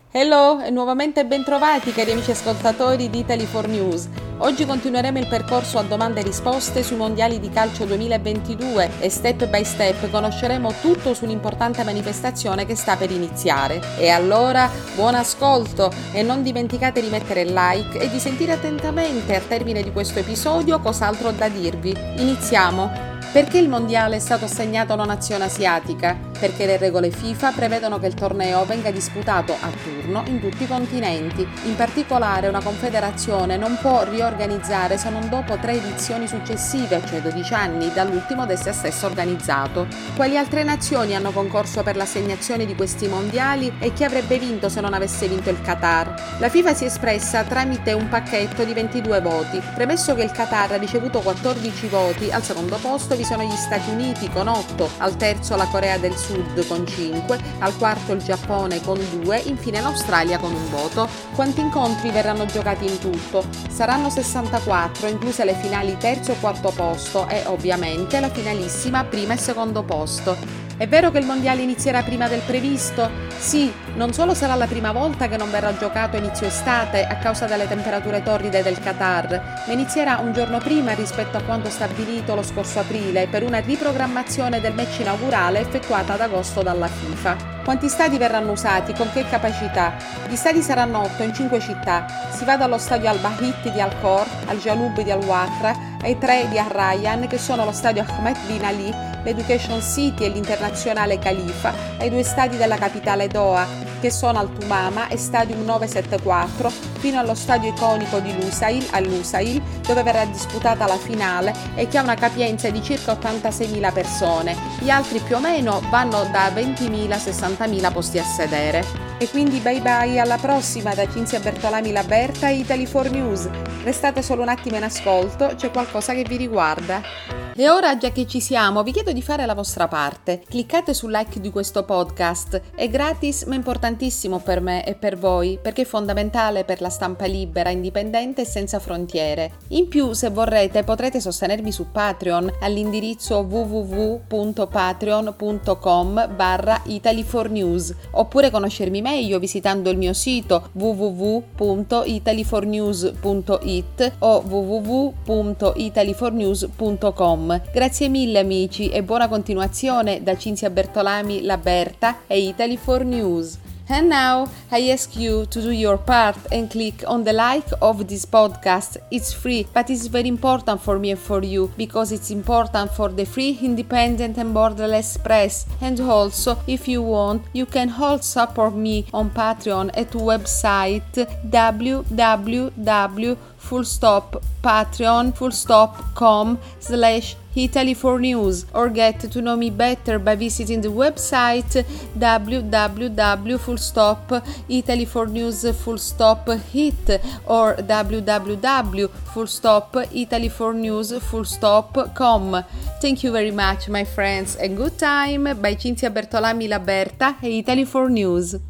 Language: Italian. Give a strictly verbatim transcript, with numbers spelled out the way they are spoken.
Hello e nuovamente bentrovati cari amici ascoltatori di Italy four News. Oggi continueremo il percorso a domande e risposte sui mondiali di calcio duemilaventidue e step by step conosceremo tutto sull'importante manifestazione che sta per iniziare. E allora buon ascolto e non dimenticate di mettere like e di sentire attentamente al termine di questo episodio cos'altro ho da dirvi. Iniziamo! Perché il mondiale è stato assegnato a una nazione asiatica? Perché le regole FIFA prevedono che il torneo venga disputato a turno in tutti i continenti. In particolare una confederazione non può riorganizzare se non dopo tre edizioni successive, cioè dodici anni, dall'ultimo ad essa stesso organizzato. Quali altre nazioni hanno concorso per l'assegnazione di questi mondiali e chi avrebbe vinto se non avesse vinto il Qatar? La FIFA si è espressa tramite un pacchetto di ventidue voti. Premesso che il Qatar ha ricevuto quattordici voti, al secondo posto vi sono gli Stati Uniti con otto, al terzo la Corea del Sud con cinque, al quarto il Giappone con due, infine l'Australia con un voto. Quanti incontri verranno giocati in tutto? Saranno sessantaquattro, incluse le finali terzo e quarto posto e ovviamente la finalissima prima e secondo posto. È vero che il mondiale inizierà prima del previsto? Sì, non solo sarà la prima volta che non verrà giocato a inizio estate a causa delle temperature torride del Qatar, ma inizierà un giorno prima rispetto a quanto stabilito lo scorso aprile per una riprogrammazione del match inaugurale effettuata ad agosto dalla FIFA. Quanti stadi verranno usati? Con che capacità? Gli stadi saranno otto in cinque città. Si va dallo stadio Al-Bahit di Al-Khor, al Jalub di Al-Watra, ai tre di Al-Rayyan che sono lo stadio Ahmed bin Ali, l'Education City e l'Internazionale Khalifa, ai due stadi della capitale Doha che sono Al Tumama e Stadium novecentosettantaquattro, fino allo stadio iconico di Lusail, all'Usail, dove verrà disputata la finale e che ha una capienza di circa ottantaseimila persone. Gli altri più o meno vanno da ventimila a sessantamila posti a sedere. E quindi bye bye, alla prossima da Cinzia Bertolami Laberta e Italy four News. Restate solo un attimo in ascolto, c'è qualcosa che vi riguarda. E ora, già che ci siamo, vi chiedo di fare la vostra parte. Cliccate sul like di questo podcast. È gratis ma importantissimo per me e per voi, perché è fondamentale per la stampa libera, indipendente e senza frontiere. In più, se vorrete, potrete sostenermi su Patreon all'indirizzo w w w punto patreon punto com barra Italy four News, oppure conoscermi meglio visitando il mio sito w w w punto italy four news punto i t o w w w punto italy four news punto com. Grazie mille amici e buona continuazione da Cinzia Bertolami Laberta e Italy four News. And now I ask you to do your part and click on the like of this podcast. It's free, but it's very important for me and for you because it's important for the free, independent and borderless press. And also, if you want, you can also support me on Patreon at website w w w full stop patreon full stop com slash Italy four News, or get to know me better by visiting the website w w w full stop italy four news full stop hit or w w w full stop italy four news full stop com. Thank you very much my friends and good time by Cinzia Bertolami Laberta e Italy four News.